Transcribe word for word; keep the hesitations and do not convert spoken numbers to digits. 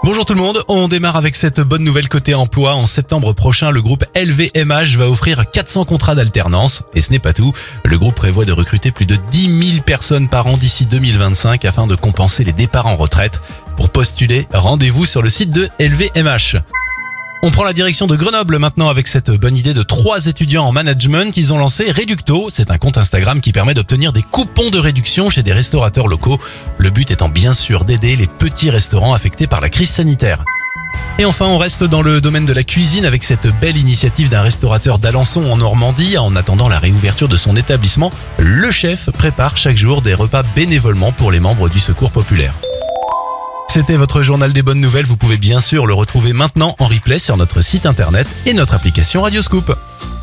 Bonjour tout le monde, on démarre avec cette bonne nouvelle côté emploi. En septembre prochain, le groupe L V M H va offrir quatre cents contrats d'alternance. Et ce n'est pas tout, le groupe prévoit de recruter plus de dix mille personnes par an d'ici deux mille vingt-cinq afin de compenser les départs en retraite. Pour postuler, rendez-vous sur le site de L V M H. On prend la direction de Grenoble maintenant avec cette bonne idée de trois étudiants en management. Ils ont lancé Réducto, c'est un compte Instagram qui permet d'obtenir des coupons de réduction chez des restaurateurs locaux. Le but étant bien sûr d'aider les petits restaurants affectés par la crise sanitaire. Et enfin, on reste dans le domaine de la cuisine avec cette belle initiative d'un restaurateur d'Alençon en Normandie. En attendant la réouverture de son établissement, le chef prépare chaque jour des repas bénévolement pour les membres du Secours populaire. C'était votre journal des bonnes nouvelles. Vous pouvez bien sûr le retrouver maintenant en replay sur notre site internet et notre application Radioscoop.